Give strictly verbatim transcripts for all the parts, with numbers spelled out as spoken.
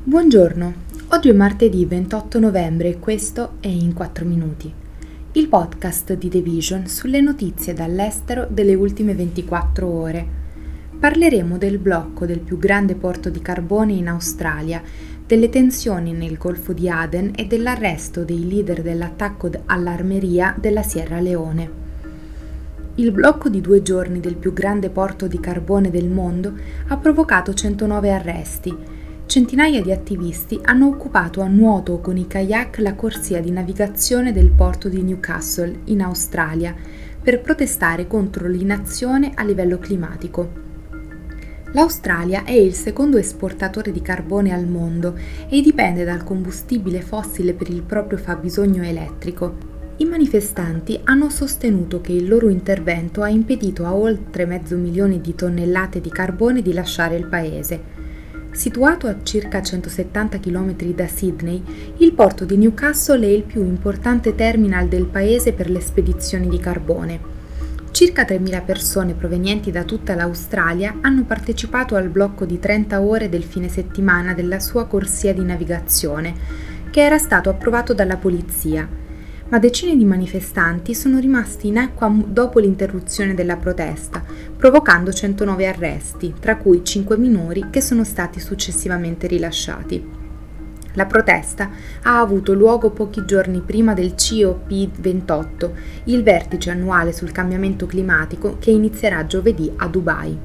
Buongiorno, oggi è martedì ventotto novembre e questo è In quattro minuti, il podcast di The Vision sulle notizie dall'estero delle ultime ventiquattro ore. Parleremo del blocco del più grande porto di carbone in Australia, delle tensioni nel Golfo di Aden e dell'arresto dei leader dell'attacco all'armeria della Sierra Leone. Il blocco di due giorni del più grande porto di carbone del mondo ha provocato centonove arresti. Centinaia di attivisti hanno occupato a nuoto o con i kayak la corsia di navigazione del porto di Newcastle, in Australia, per protestare contro l'inazione a livello climatico. L'Australia è il secondo esportatore di carbone al mondo e dipende dal combustibile fossile per il proprio fabbisogno elettrico. I manifestanti hanno sostenuto che il loro intervento ha impedito a oltre mezzo milione di tonnellate di carbone di lasciare il paese. Situato a circa centosettanta chilometri da Sydney, il porto di Newcastle è il più importante terminal del paese per le spedizioni di carbone. Circa tremila persone provenienti da tutta l'Australia hanno partecipato al blocco di trenta ore del fine settimana della sua corsia di navigazione, che era stato approvato dalla polizia. Ma decine di manifestanti sono rimasti in acqua dopo l'interruzione della protesta, provocando centonove arresti, tra cui cinque minori che sono stati successivamente rilasciati. La protesta ha avuto luogo pochi giorni prima del C O P ventotto, il vertice annuale sul cambiamento climatico che inizierà giovedì a Dubai.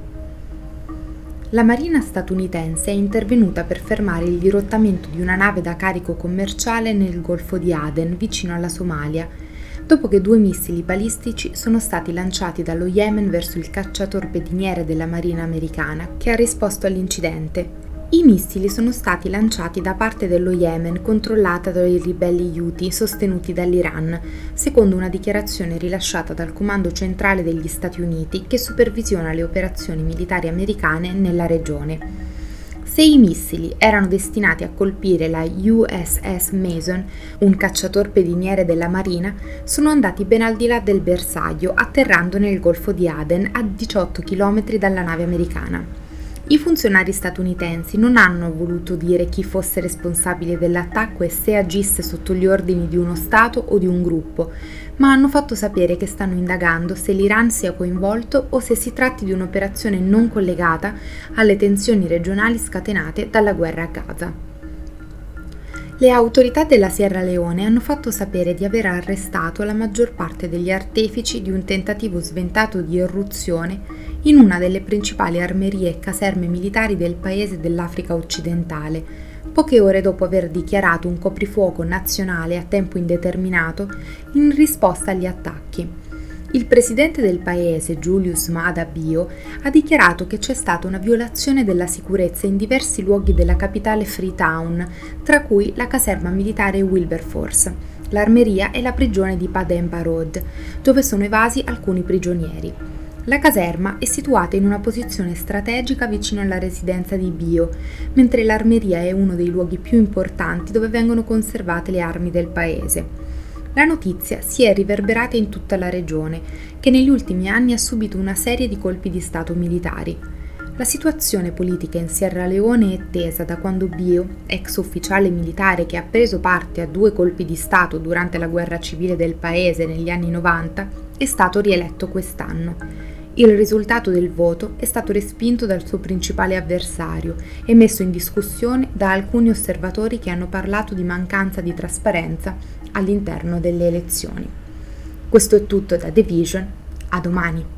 La Marina statunitense è intervenuta per fermare il dirottamento di una nave da carico commerciale nel Golfo di Aden, vicino alla Somalia, dopo che due missili balistici sono stati lanciati dallo Yemen verso il cacciatorpediniere della Marina americana, che ha risposto all'incidente. I missili sono stati lanciati da parte dello Yemen, controllata dai ribelli Houthi sostenuti dall'Iran, secondo una dichiarazione rilasciata dal Comando Centrale degli Stati Uniti che supervisiona le operazioni militari americane nella regione. Se i missili erano destinati a colpire la U S S Mason, un cacciatorpediniere della Marina, sono andati ben al di là del bersaglio, atterrando nel Golfo di Aden a diciotto chilometri dalla nave americana. I funzionari statunitensi non hanno voluto dire chi fosse responsabile dell'attacco e se agisse sotto gli ordini di uno Stato o di un gruppo, ma hanno fatto sapere che stanno indagando se l'Iran sia coinvolto o se si tratti di un'operazione non collegata alle tensioni regionali scatenate dalla guerra a Gaza. Le autorità della Sierra Leone hanno fatto sapere di aver arrestato la maggior parte degli artefici di un tentativo sventato di irruzione in una delle principali armerie e caserme militari del paese dell'Africa occidentale, poche ore dopo aver dichiarato un coprifuoco nazionale a tempo indeterminato in risposta agli attacchi. Il presidente del paese, Julius Maada Bio, ha dichiarato che c'è stata una violazione della sicurezza in diversi luoghi della capitale Freetown, tra cui la caserma militare Wilberforce, l'armeria e la prigione di Pademba Road, dove sono evasi alcuni prigionieri. La caserma è situata in una posizione strategica vicino alla residenza di Bio, mentre l'armeria è uno dei luoghi più importanti dove vengono conservate le armi del paese. La notizia si è riverberata in tutta la regione, che negli ultimi anni ha subito una serie di colpi di stato militari. La situazione politica in Sierra Leone è tesa da quando Bio, ex ufficiale militare che ha preso parte a due colpi di stato durante la guerra civile del paese negli anni novanta, è stato rieletto quest'anno. Il risultato del voto è stato respinto dal suo principale avversario e messo in discussione da alcuni osservatori che hanno parlato di mancanza di trasparenza all'interno delle elezioni. Questo è tutto da The Vision, a domani!